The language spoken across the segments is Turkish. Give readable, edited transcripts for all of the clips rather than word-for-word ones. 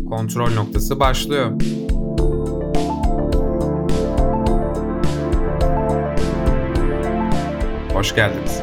Kontrol noktası başlıyor. Hoş geldiniz.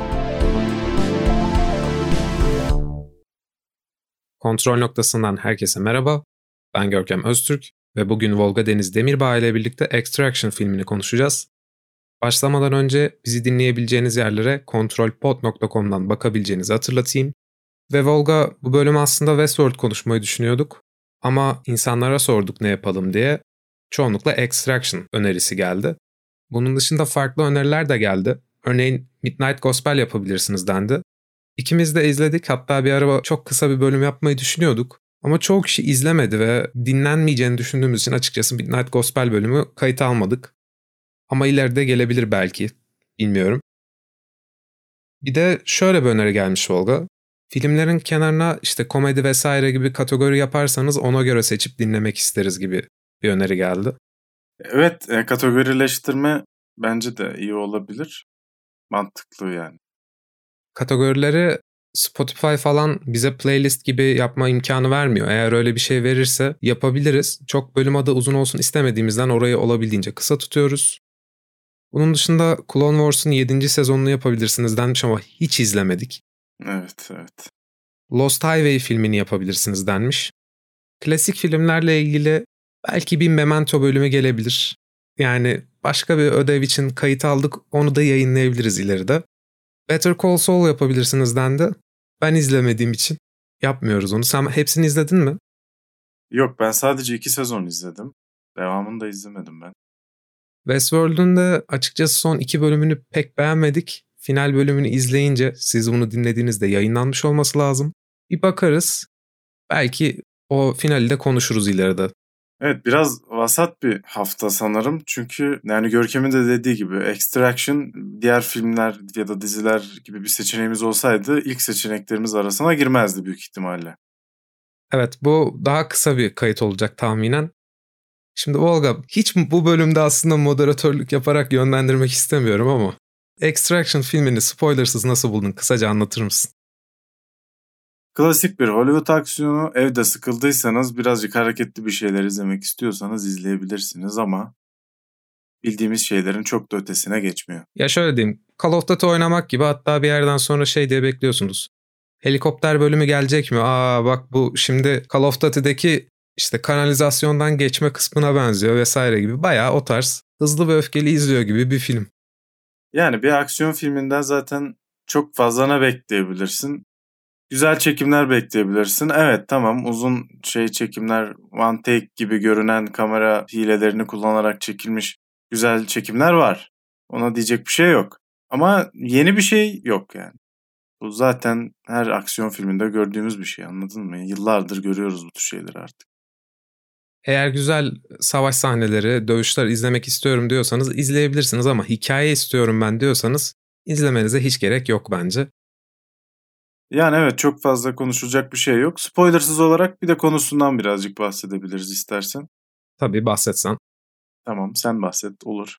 Kontrol noktasından herkese merhaba. Ben Görkem Öztürk ve bugün Volga Deniz Demirbağ ile birlikte Extraction filmini konuşacağız. Başlamadan önce bizi dinleyebileceğiniz yerlere kontrolpod.com'dan bakabileceğinizi hatırlatayım. Ve Volga, bu bölüm aslında Westworld konuşmayı düşünüyorduk. Ama insanlara sorduk ne yapalım diye. Çoğunlukla Extraction önerisi geldi. Bunun dışında farklı öneriler de geldi. Örneğin Midnight Gospel yapabilirsiniz dendi. İkimiz de izledik, hatta bir ara çok kısa bir bölüm yapmayı düşünüyorduk. Ama çoğu kişi izlemedi ve dinlenmeyeceğini düşündüğümüz için açıkçası Midnight Gospel bölümü kayıta almadık. Ama ileride gelebilir belki, bilmiyorum. Bir de şöyle bir öneri gelmiş Volga. Filmlerin kenarına işte komedi vesaire gibi kategori yaparsanız ona göre seçip dinlemek isteriz gibi bir öneri geldi. Evet, kategorileştirme bence de iyi olabilir. Mantıklı yani. Kategorileri Spotify falan bize playlist gibi yapma imkanı vermiyor. Eğer öyle bir şey verirse yapabiliriz. Çok bölüm adı uzun olsun istemediğimizden orayı olabildiğince kısa tutuyoruz. Bunun dışında Clone Wars'un 7. sezonunu yapabilirsiniz denmiş ama hiç izlemedik. Evet. Lost Highway filmini yapabilirsiniz denmiş. Klasik filmlerle ilgili belki bir Memento bölümü gelebilir. Yani başka bir ödev için kayıt aldık, onu da yayınlayabiliriz ileride. Better Call Saul yapabilirsiniz dendi. Ben izlemediğim için yapmıyoruz onu. Sen hepsini izledin mi? Yok, ben sadece 2 sezon izledim. Devamını da izlemedim ben. Westworld'un da açıkçası son 2 bölümünü pek beğenmedik. Final bölümünü izleyince siz bunu dinlediğinizde yayınlanmış olması lazım. Bir bakarız. Belki o finali de konuşuruz ileride. Evet, biraz vasat bir hafta sanırım. Çünkü yani Görkem'in de dediği gibi Extraction diğer filmler ya da diziler gibi bir seçeneğimiz olsaydı ilk seçeneklerimiz arasına girmezdi büyük ihtimalle. Evet, bu daha kısa bir kayıt olacak tahminen. Şimdi Volga, hiç bu bölümde aslında moderatörlük yaparak yönlendirmek istemiyorum ama Extraction filmini spoilersız nasıl buldun? Kısaca anlatır mısın? Klasik bir Hollywood aksiyonu. Evde sıkıldıysanız, birazcık hareketli bir şeyler izlemek istiyorsanız izleyebilirsiniz ama bildiğimiz şeylerin çok da ötesine geçmiyor. Ya şöyle diyeyim, Call of Duty oynamak gibi, hatta bir yerden sonra şey diye bekliyorsunuz. Helikopter bölümü gelecek mi? Bak bu şimdi Call of Duty'deki işte kanalizasyondan geçme kısmına benziyor vesaire gibi. Bayağı o tarz hızlı ve öfkeli izliyor gibi bir film. Yani bir aksiyon filminden zaten çok fazla ne bekleyebilirsin? Güzel çekimler bekleyebilirsin. Evet, tamam, uzun çekimler, one take gibi görünen kamera hilelerini kullanarak çekilmiş güzel çekimler var. Ona diyecek bir şey yok. Ama yeni bir şey yok yani. Bu zaten her aksiyon filminde gördüğümüz bir şey, anladın mı? Yıllardır görüyoruz bu tür şeyleri artık. Eğer güzel savaş sahneleri, dövüşler izlemek istiyorum diyorsanız izleyebilirsiniz ama hikaye istiyorum ben diyorsanız izlemenize hiç gerek yok bence. Yani evet, çok fazla konuşulacak bir şey yok. Spoilersız olarak bir de konusundan birazcık bahsedebiliriz istersen. Tabii bahsetsen. Tamam, sen bahset, olur.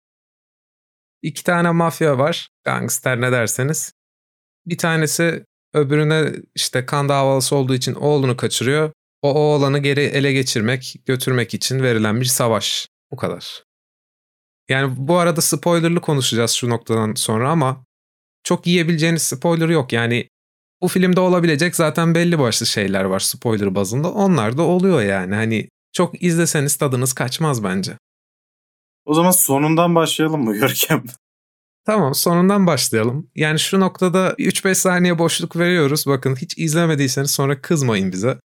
2 tane mafya var, gangster ne derseniz. Bir tanesi öbürüne işte kan davası olduğu için oğlunu kaçırıyor. O oğlanı geri ele geçirmek, götürmek için verilen bir savaş. Bu kadar. Yani bu arada spoilerlı konuşacağız şu noktadan sonra ama çok yiyebileceğiniz spoiler yok. Yani bu filmde olabilecek zaten belli başlı şeyler var spoiler bazında. Onlar da oluyor yani. Hani çok izleseniz tadınız kaçmaz bence. O zaman sonundan başlayalım mı Görkem? Tamam, sonundan başlayalım. Yani şu noktada 3-5 saniye boşluk veriyoruz. Bakın, hiç izlemediyseniz sonra kızmayın bize.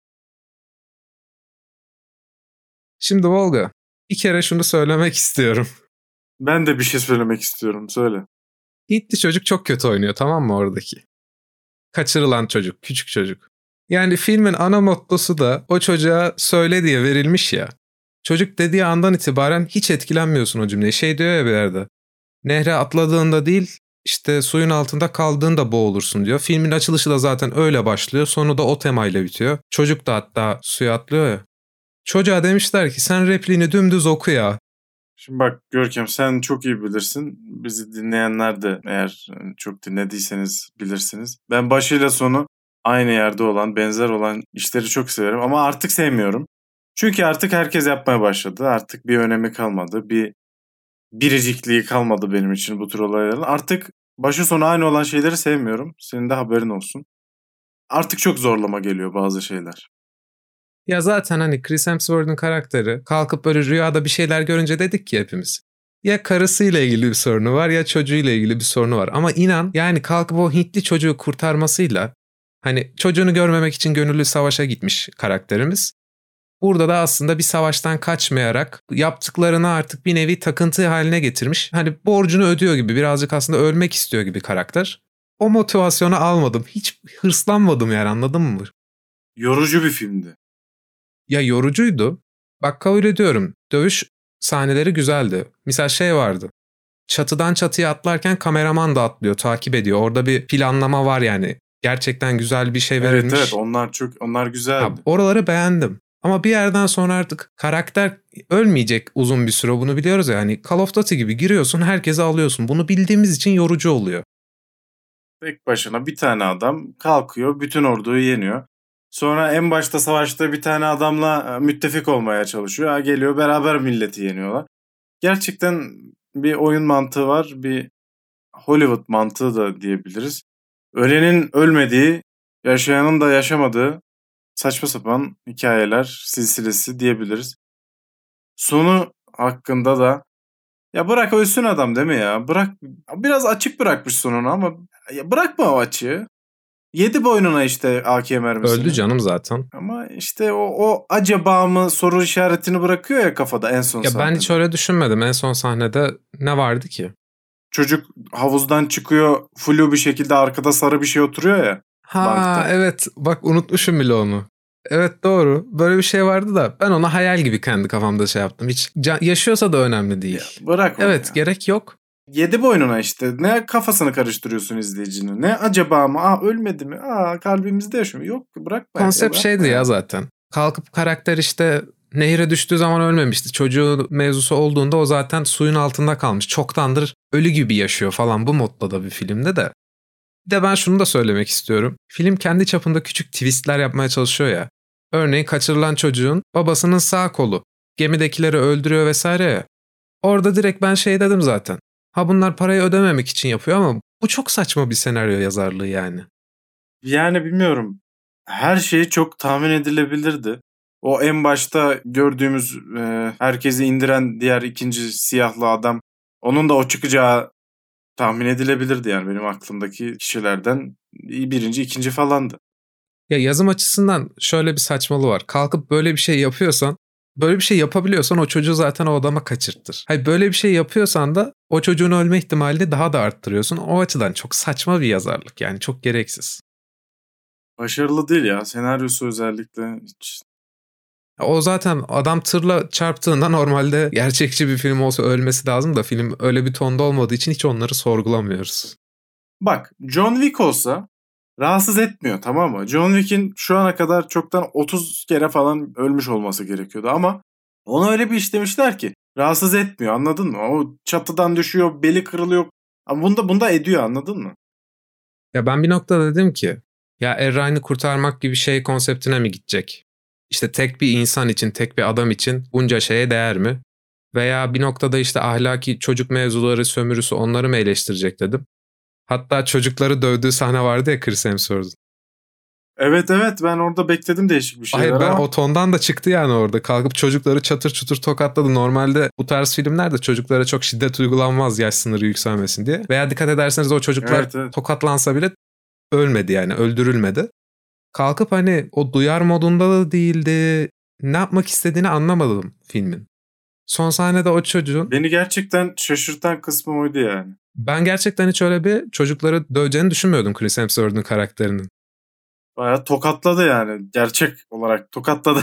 Şimdi Volga, bir kere şunu söylemek istiyorum. Ben de bir şey söylemek istiyorum. Söyle. Hintli çocuk çok kötü oynuyor, tamam mı oradaki? Kaçırılan çocuk, küçük çocuk. Yani filmin ana mottosu da o çocuğa söyle diye verilmiş ya. Çocuk dediği andan itibaren hiç etkilenmiyorsun o cümleyi. Şey diyor ya bir yerde. Nehre atladığında değil, işte suyun altında kaldığında boğulursun diyor. Filmin açılışı da zaten öyle başlıyor. Sonu da o temayla bitiyor. Çocuk da hatta suya atlıyor ya. Çocuğa demişler ki sen repliğini dümdüz oku ya. Şimdi bak Görkem, sen çok iyi bilirsin. Bizi dinleyenler de eğer çok dinlediyseniz bilirsiniz. Ben başıyla sonu aynı yerde olan, benzer olan işleri çok severim ama artık sevmiyorum. Çünkü artık herkes yapmaya başladı. Artık bir önemi kalmadı. Bir biricikliği kalmadı benim için bu tür olayların. Artık başı sonu aynı olan şeyleri sevmiyorum. Senin de haberin olsun. Artık çok zorlama geliyor bazı şeyler. Ya zaten hani Chris Hemsworth'un karakteri kalkıp böyle rüyada bir şeyler görünce dedik ki hepimiz. Ya karısıyla ilgili bir sorunu var ya çocuğuyla ilgili bir sorunu var. Ama inan yani kalkıp o Hintli çocuğu kurtarmasıyla hani çocuğunu görmemek için gönüllü savaşa gitmiş karakterimiz. Burada da aslında bir savaştan kaçmayarak yaptıklarını artık bir nevi takıntı haline getirmiş. Hani borcunu ödüyor gibi birazcık aslında ölmek istiyor gibi karakter. O motivasyonu almadım. Hiç hırslanmadım yani anladın mı? Yorucu bir filmdi. Ya yorucuydu. Bak kabul ediyorum. Dövüş sahneleri güzeldi. Misal şey vardı. Çatıdan çatıya atlarken kameraman da atlıyor, takip ediyor. Orada bir planlama var yani. Gerçekten güzel bir şey verilmiş. Evet onlar güzeldi. Ha, oraları beğendim. Ama bir yerden sonra artık karakter ölmeyecek uzun bir süre bunu biliyoruz ya. Yani Call of Duty gibi giriyorsun herkesi alıyorsun. Bunu bildiğimiz için yorucu oluyor. Tek başına bir tane adam kalkıyor, bütün orduyu yeniyor. Sonra en başta savaşta bir tane adamla müttefik olmaya çalışıyor. Geliyor beraber milleti yeniyorlar. Gerçekten bir oyun mantığı var, bir Hollywood mantığı da diyebiliriz. Ölenin ölmediği, yaşayanın da yaşamadığı saçma sapan hikayeler silsilesi diyebiliriz. Sonu hakkında da ya bırak ölsün adam değil mi ya? Bırak biraz açık bırakmış sonunu ama ya bırakma o açığı. Yedi boynuna işte AK mermisini. Öldü canım zaten. Ama işte o acaba mı soru işaretini bırakıyor ya kafada en son Ya sahnede. ben hiç öyle düşünmedim. En son sahnede ne vardı ki? Çocuk havuzdan çıkıyor, flu bir şekilde arkada sarı bir şey oturuyor ya. Ha Bankta. evet bak unutmuşum bile onu. Evet doğru. Böyle bir şey vardı da ben ona hayal gibi kendi kafamda şey yaptım. Hiç yaşıyorsa da önemli değil. Ya bırak onu Evet ya. gerek yok. Yedi boynuna işte. Ne kafasını karıştırıyorsun izleyicinin. Ne acaba mı? Ölmedi mi? Kalbimizde yaşıyor. Yok bırakma. Konsept şeydi ya zaten. Kalkıp karakter işte nehire düştüğü zaman ölmemişti. Çocuğu mevzusu olduğunda o zaten suyun altında kalmış. Çoktandır ölü gibi yaşıyor falan bu modda da bir filmde de. Bir de ben şunu da söylemek istiyorum. Film kendi çapında küçük twistler yapmaya çalışıyor ya. Örneğin kaçırılan çocuğun babasının sağ kolu. Gemidekileri öldürüyor vesaire ya. Orada direkt ben şey dedim zaten. Ha bunlar parayı ödememek için yapıyor ama bu çok saçma bir senaryo yazarlığı yani. Yani bilmiyorum. Her şey çok tahmin edilebilirdi. O en başta gördüğümüz herkesi indiren diğer ikinci siyahlı adam. Onun da o çıkacağı tahmin edilebilirdi yani benim aklımdaki kişilerden birinci, ikinci falandı. Ya yazım açısından şöyle bir saçmalığı var. Kalkıp böyle bir şey yapıyorsan, böyle bir şey yapabiliyorsan o çocuğu zaten o adama kaçırtır. Hayır böyle bir şey yapıyorsan da o çocuğun ölme ihtimalini daha da arttırıyorsun. O açıdan çok saçma bir yazarlık yani çok gereksiz. Başarılı değil ya. Senaryosu özellikle hiç. O zaten adam tırla çarptığında normalde gerçekçi bir film olsa ölmesi lazım da film öyle bir tonda olmadığı için hiç onları sorgulamıyoruz. Bak John Wick olsa rahatsız etmiyor, tamam mı? John Wick'in şu ana kadar çoktan 30 kere falan ölmüş olması gerekiyordu ama onu öyle bir işlemişler ki rahatsız etmiyor, anladın mı? O çatıdan düşüyor, beli kırılıyor ama bunda ediyor, anladın mı? Ya ben bir noktada dedim ki ya Errani kurtarmak gibi şey konseptine mi gidecek? İşte tek bir insan için, tek bir adam için bunca şeye değer mi? Veya bir noktada işte ahlaki çocuk mevzuları, sömürüsü onları mı eleştirecek dedim. Hatta çocukları dövdüğü sahne vardı ya Chris Hemsworth'un. Evet ben orada bekledim değişik bir şeyler Hayır ben ama. o tondan da çıktı yani orada. Kalkıp çocukları çatır çutur tokatladı. Normalde bu tarz filmlerde çocuklara çok şiddet uygulanmaz yaş sınırı yükselmesin diye. Veya dikkat ederseniz o çocuklar Evet. tokatlansa bile ölmedi yani öldürülmedi. Kalkıp hani o duyar modunda da değildi. Ne yapmak istediğini anlamadım filmin. Son sahnede o çocuğun... Beni gerçekten şaşırtan kısmı oydu yani. Ben gerçekten hiç öyle bir çocukları döveceğini düşünmüyordum Chris Hemsworth'un karakterinin. Bayağı tokatladı yani. Gerçek olarak tokatladı.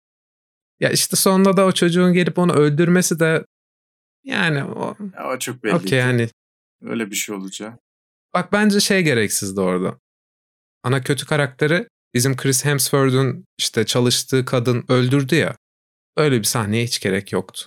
Ya işte sonunda da o çocuğun gelip onu öldürmesi de yani o... Ya o çok belliydi. Okey yani. Öyle bir şey olacağı. Bak bence şey gereksizdi orada. Ana kötü karakteri bizim Chris Hemsworth'un işte çalıştığı kadın öldürdü ya. Öyle bir sahneye hiç gerek yoktu.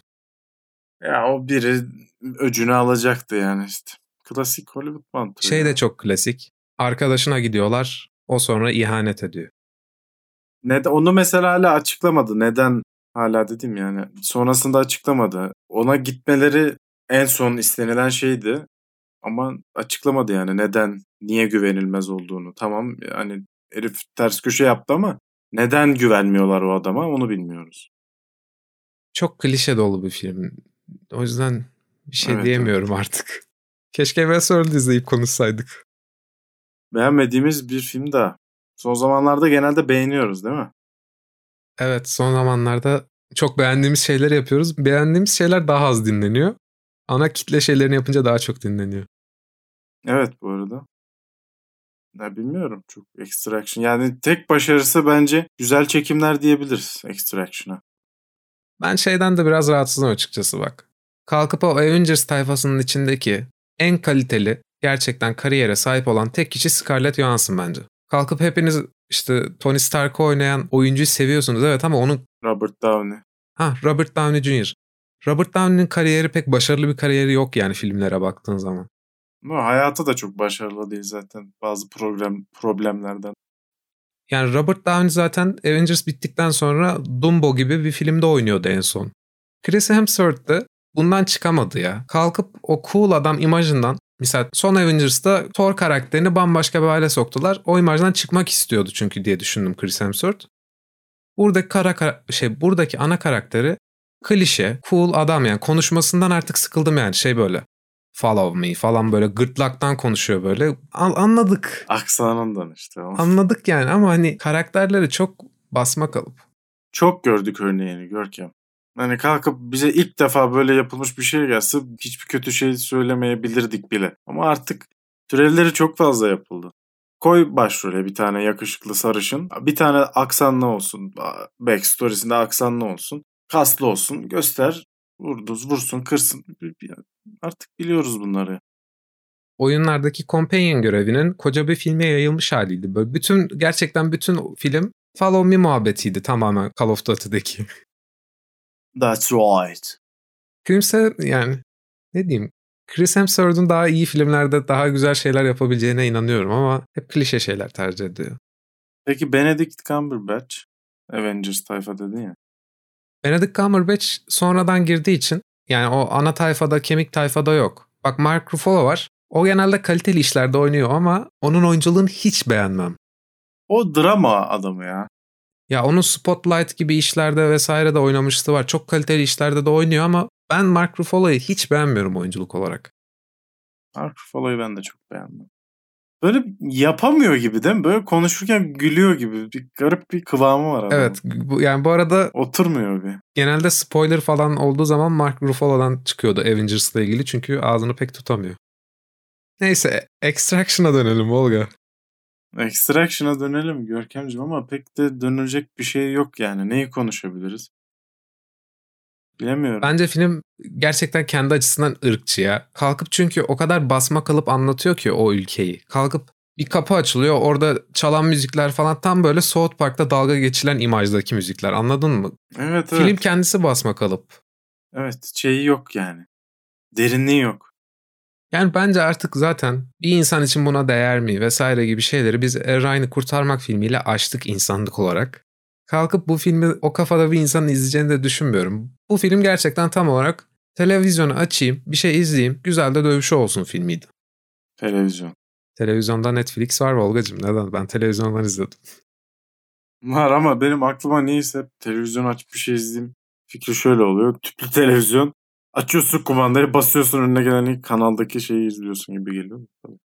Ya o biri öcünü alacaktı yani işte. Klasik Hollywood mantığı Şey ya. de çok klasik. Arkadaşına gidiyorlar. O sonra ihanet ediyor. Onu mesela hala açıklamadı. Neden Hala dedim yani. Sonrasında açıklamadı. Ona gitmeleri en son istenilen şeydi. Ama açıklamadı yani neden, niye güvenilmez olduğunu. Tamam yani herif ters köşe yaptı ama neden güvenmiyorlar o adama onu bilmiyoruz. Çok klişe dolu bir film. O yüzden bir şey Evet, evet. diyemiyorum artık. Keşke Westworld izleyip konuşsaydık. Beğenmediğimiz bir film daha. Son zamanlarda genelde beğeniyoruz değil mi? Evet, son zamanlarda çok beğendiğimiz şeyler yapıyoruz. Beğendiğimiz şeyler daha az dinleniyor. Ana kitle şeylerini yapınca daha çok dinleniyor. Evet bu arada. Ya bilmiyorum çok Extraction. Yani tek başarısı bence güzel çekimler diyebiliriz Extraction'a. Ben şeyden de biraz rahatsızım açıkçası bak. Kalkıp o Avengers tayfasının içindeki en kaliteli, gerçekten kariyere sahip olan tek kişi Scarlett Johansson bence. Kalkıp hepiniz işte Tony Stark'ı oynayan oyuncuyu seviyorsunuz evet ama onun... Robert Downey. Robert Downey Jr. Robert Downey'nin kariyeri pek başarılı bir kariyeri yok yani filmlere baktığın zaman. Ama hayatı da çok başarılı değil zaten bazı problemlerden. Yani Robert Downey zaten Avengers bittikten sonra Dumbo gibi bir filmde oynuyordu en son. Chris Hemsworth de bundan çıkamadı ya. Kalkıp o cool adam imajından, mesela son Avengers'ta Thor karakterini bambaşka bir hale soktular. O imajdan çıkmak istiyordu çünkü diye düşündüm Chris Hemsworth. Buradaki ana karakteri klişe, cool adam yani konuşmasından artık sıkıldım yani böyle. Follow me falan böyle gırtlaktan konuşuyor böyle. Anladık. Aksanından işte. Anladık yani ama hani karakterleri çok basma kalıp. Çok gördük örneğini Görkem. Hani kalkıp bize ilk defa böyle yapılmış bir şey gelse hiçbir kötü şey söylemeyebilirdik bile. Ama artık türevleri çok fazla yapıldı. Koy başrole bir tane yakışıklı sarışın. Bir tane aksanlı olsun. Backstory'sinde aksanlı olsun. Kaslı olsun. Göster. Vursun, kırsın. Artık biliyoruz bunları. Oyunlardaki companion görevinin koca bir filme yayılmış haliydi. Böyle gerçekten bütün film Follow Me muhabbetiydi tamamen Call of Duty'deki. That's right. Filmse yani ne diyeyim, Chris Hemsworth'un daha iyi filmlerde daha güzel şeyler yapabileceğine inanıyorum ama hep klişe şeyler tercih ediyor. Peki Benedict Cumberbatch Avengers tayfa dedin ya. Benedict Cumberbatch sonradan girdiği için yani o ana tayfada, kemik tayfada yok. Bak Mark Ruffalo var. O genelde kaliteli işlerde oynuyor ama onun oyunculuğunu hiç beğenmem. O drama adamı ya. Ya onun Spotlight gibi işlerde vesaire de oynamışlığı var. Çok kaliteli işlerde de oynuyor ama ben Mark Ruffalo'yu hiç beğenmiyorum oyunculuk olarak. Mark Ruffalo'yu ben de çok beğendim. Böyle yapamıyor gibi değil mi? Böyle konuşurken gülüyor gibi. Bir garip bir kıvamı var adamın. Evet yani bu arada oturmuyor bir. Genelde spoiler falan olduğu zaman Mark Ruffalo'dan çıkıyordu Avengers'la ilgili çünkü ağzını pek tutamıyor. Neyse Extraction'a dönelim Olga. Extraction'a dönelim Görkemciğim ama pek de dönecek bir şey yok yani. Neyi konuşabiliriz? Bilemiyorum. Bence film gerçekten kendi açısından ırkçı ya. Kalkıp çünkü o kadar basma kalıp anlatıyor ki o ülkeyi. Kalkıp bir kapı açılıyor orada çalan müzikler falan tam böyle South Park'ta dalga geçilen imajdaki müzikler, anladın mı? Evet. Film kendisi basma kalıp. Evet şeyi yok yani. Derinliği yok. Yani bence artık zaten bir insan için buna değer mi vesaire gibi şeyleri biz Ryan'ı Kurtarmak filmiyle aştık insanlık olarak. Kalkıp bu filmi o kafada bir insanın izleyeceğini de düşünmüyorum. Bu film gerçekten tam olarak televizyonu açayım, bir şey izleyeyim, güzel de dövüşü olsun filmiydi. Televizyon. Televizyonda Netflix var Volgacığım. Neden? Ben televizyondan izledim. Var ama benim aklıma neyse televizyon açıp bir şey izleyeyim. Fikri şöyle oluyor. Tüplü televizyon. Açıyorsun kumandayı basıyorsun önüne gelen ilk kanaldaki şeyi izliyorsun gibi geliyor.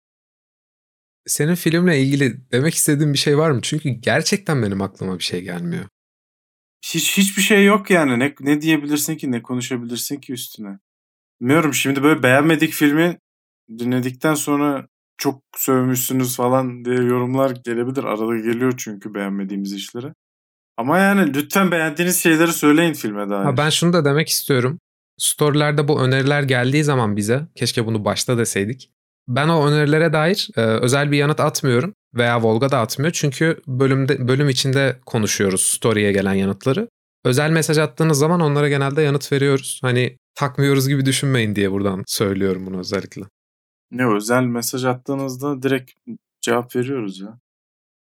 Senin filmle ilgili demek istediğin bir şey var mı? Çünkü gerçekten benim aklıma bir şey gelmiyor. Hiçbir şey yok yani. Ne diyebilirsin ki? Ne konuşabilirsin ki üstüne? Bilmiyorum şimdi böyle beğenmedik filmi dinledikten sonra çok sövmüşsünüz falan diye yorumlar gelebilir. Arada geliyor çünkü beğenmediğimiz işlere. Ama yani lütfen beğendiğiniz şeyleri söyleyin filme dair. Ben şunu da demek istiyorum. Storylerde bu öneriler geldiği zaman bize, keşke bunu başta deseydik. Ben o önerilere dair özel bir yanıt atmıyorum veya Volga da atmıyor. Çünkü bölüm içinde konuşuyoruz story'e gelen yanıtları. Özel mesaj attığınız zaman onlara genelde yanıt veriyoruz. Hani takmıyoruz gibi düşünmeyin diye buradan söylüyorum bunu özellikle. Ne özel mesaj attığınızda direkt cevap veriyoruz ya.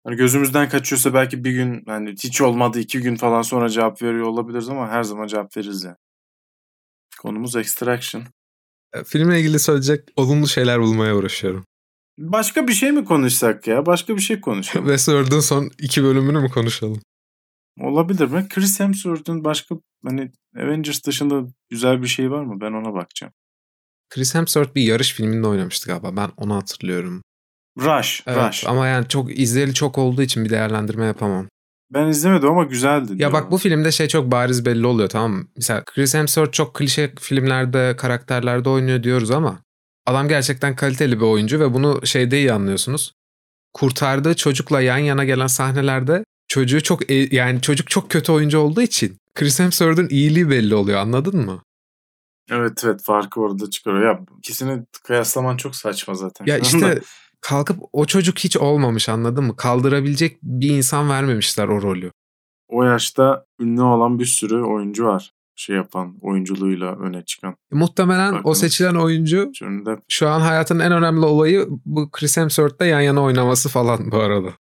Hani gözümüzden kaçıyorsa belki bir gün, hani hiç olmadı 2 gün falan sonra cevap veriyor olabiliriz ama her zaman cevap veririz yani. Konumuz Extraction. Filmle ilgili söyleyecek olumlu şeyler bulmaya uğraşıyorum. Başka bir şey mi konuşsak ya? Başka bir şey konuşalım. Westworld'un son 2 bölümünü mü konuşalım? Olabilir mi? Chris Hemsworth'un başka hani Avengers dışında güzel bir şey var mı? Ben ona bakacağım. Chris Hemsworth bir yarış filminde oynamıştı galiba. Ben onu hatırlıyorum. Rush. Evet ama yani çok izleyeli çok olduğu için bir değerlendirme yapamam. Ben izlemedim ama güzeldi Ya bak diyorlar. bu filmde şey çok bariz belli oluyor, tamam mı? Mesela Chris Hemsworth çok klişe filmlerde, karakterlerde oynuyor diyoruz ama adam gerçekten kaliteli bir oyuncu ve bunu şeyde iyi anlıyorsunuz. Kurtardığı çocukla yan yana gelen sahnelerde çocuğu çok yani çocuk çok kötü oyuncu olduğu için Chris Hemsworth'un iyiliği belli oluyor, anladın mı? Evet, farkı orada çıkarıyor. Ya ikisini kıyaslaman çok saçma zaten Ya şu anda. işte kalkıp o çocuk hiç olmamış, anladın mı? Kaldırabilecek bir insan vermemişler o rolü. O yaşta ünlü olan bir sürü oyuncu var. Şey yapan, oyunculuğuyla öne çıkan. Muhtemelen o Bakınız, seçilen oyuncu şunda şu an hayatının en önemli olayı bu Chris Hemsworth'la yan yana oynaması falan bu arada.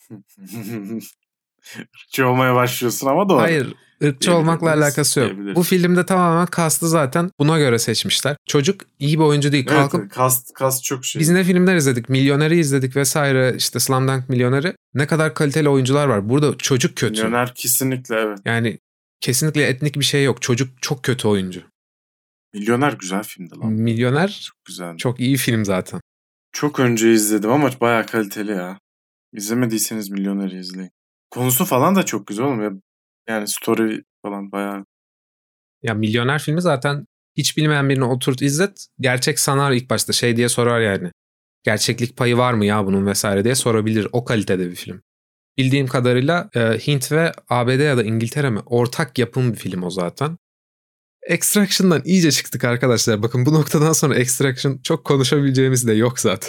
ırkçı olmaya başlıyorsun ama doğru. Hayır, ırkçı olmakla alakası yok. Bu filmde tamamen kastı zaten buna göre seçmişler. Çocuk iyi bir oyuncu değil. Kalkıp Evet, kast çok şey. biz ne filmler izledik? Milyoner'i izledik vesaire, işte Slumdunk Milyoner'i. Ne kadar kaliteli oyuncular var. Burada çocuk kötü. Milyoner kesinlikle evet. Yani kesinlikle etnik bir şey yok. Çocuk çok kötü oyuncu. Milyoner güzel filmdi lan. Milyoner Çok güzeldi. çok iyi film zaten. Çok önce izledim ama bayağı kaliteli ya. İzlemediyseniz Milyoner'i izleyin. Konusu falan da çok güzel oğlum ya. Yani story falan bayağı. Ya Milyoner filmi zaten hiç bilmeyen birini oturt izlet. Gerçek sanar ilk başta, şey diye sorar yani. Gerçeklik payı var mı ya bunun vesaire diye sorabilir. O kalitede bir film. Bildiğim kadarıyla Hint ve ABD ya da İngiltere mi ortak yapım bir film o zaten. Extraction'dan iyice çıktık arkadaşlar. Bakın bu noktadan sonra Extraction çok konuşabileceğimiz de yok zaten.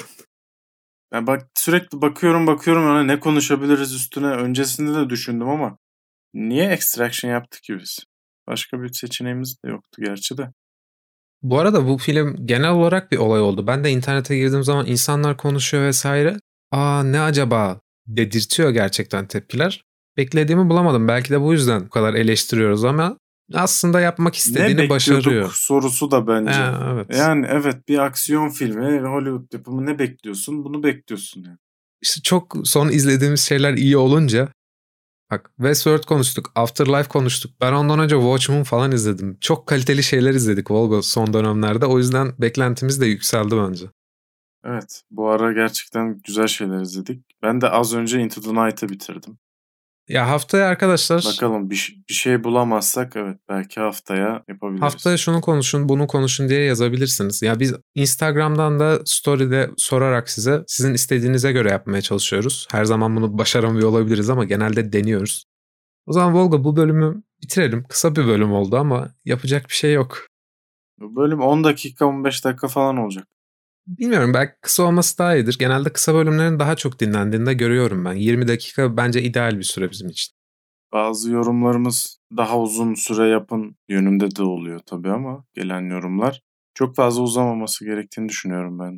Ben bak sürekli bakıyorum ona ne konuşabiliriz üstüne. Öncesinde de düşündüm ama niye Extraction yaptık ki biz? Başka bir seçeneğimiz de yoktu gerçi de. Bu arada bu film genel olarak bir olay oldu. Ben de internete girdiğim zaman insanlar konuşuyor vesaire. Aa ne acaba dedirtiyor gerçekten tepkiler. Beklediğimi bulamadım. Belki de bu yüzden bu kadar eleştiriyoruz ama aslında yapmak istediğini Ne başarıyor. bekliyorduk sorusu da bence. Evet. Yani evet, bir aksiyon filmi, Hollywood yapımı, ne bekliyorsun? Bunu bekliyorsun yani. İşte çok son izlediğimiz şeyler iyi olunca, bak Westworld konuştuk, Afterlife konuştuk. Ben ondan önce Watchmen falan izledim. Çok kaliteli şeyler izledik Volga son dönemlerde. O yüzden beklentimiz de yükseldi bence. Evet, bu ara gerçekten güzel şeyler izledik. Ben de az önce Into the Night'ı bitirdim. Ya haftaya arkadaşlar... Bakalım bir şey bulamazsak evet belki haftaya yapabiliriz. Haftaya şunu konuşun, bunu konuşun diye yazabilirsiniz. Ya biz Instagram'dan da story'de sorarak sizin istediğinize göre yapmaya çalışıyoruz. Her zaman bunu başaramıyor olabiliriz ama genelde deniyoruz. O zaman Volga bu bölümü bitirelim. Kısa bir bölüm oldu ama yapacak bir şey yok. Bu bölüm 10 dakika 15 dakika falan olacak. Bilmiyorum, belki kısa olması daha iyidir. Genelde kısa bölümlerin daha çok dinlendiğini de görüyorum ben. 20 dakika bence ideal bir süre bizim için. Bazı yorumlarımız daha uzun süre yapın yönünde de oluyor tabii ama gelen yorumlar çok fazla uzamaması gerektiğini düşünüyorum ben de.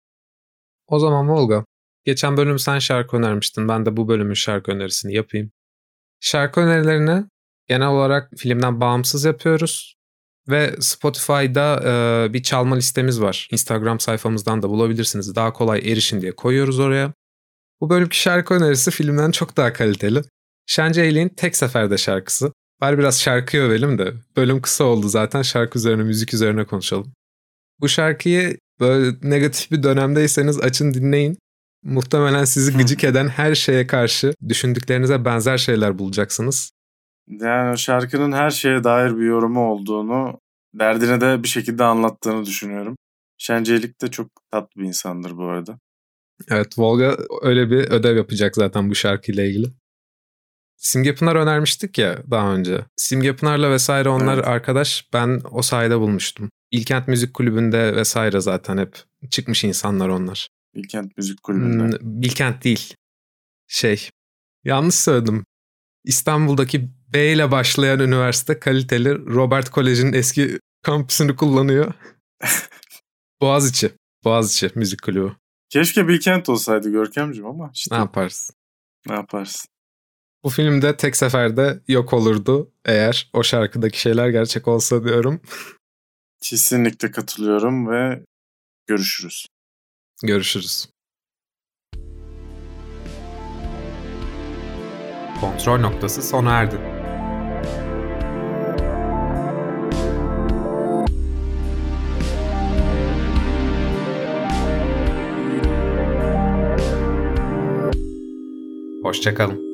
O zaman Volga, geçen bölüm sen şarkı önermiştin. Ben de bu bölümün şarkı önerisini yapayım. Şarkı önerilerini genel olarak filmden bağımsız yapıyoruz. Ve Spotify'da bir çalma listemiz var. Instagram sayfamızdan da bulabilirsiniz. Daha kolay erişin diye koyuyoruz oraya. Bu bölümki şarkı önerisi filmden çok daha kaliteli. Şence Ailey'in Tek Seferde şarkısı. Bari biraz şarkıyı övelim de. Bölüm kısa oldu zaten, şarkı üzerine, müzik üzerine konuşalım. Bu şarkıyı böyle negatif bir dönemdeyseniz açın dinleyin. Muhtemelen sizi gıcık eden her şeye karşı düşündüklerinize benzer şeyler bulacaksınız. Yani şarkının her şeye dair bir yorumu olduğunu, derdini de bir şekilde anlattığını düşünüyorum. Şencelik de çok tatlı bir insandır bu arada. Evet, Volga öyle bir ödev yapacak zaten bu şarkıyla ilgili. Simge Pınar önermiştik ya daha önce. Simge Pınar'la vesaire onlar Evet. arkadaş. Ben o sayede bulmuştum. Bilkent Müzik Kulübü'nde vesaire zaten hep çıkmış insanlar onlar. Bilkent Müzik Kulübü'nde. Bilkent değil. Yanlış söyledim. İstanbul'daki B ile başlayan üniversite, kaliteli Robert Kolej'in eski kampüsünü kullanıyor. Boğaziçi Müzik Kulübü. Keşke Bilkent olsaydı Görkemciğim ama işte Ne yaparsın? Ne yaparsın? Bu filmde tek seferde yok olurdu eğer o şarkıdaki şeyler gerçek olsa diyorum. Kesinlikle katılıyorum ve görüşürüz. Görüşürüz. Kontrol noktası sona erdi. Hoşça kalın.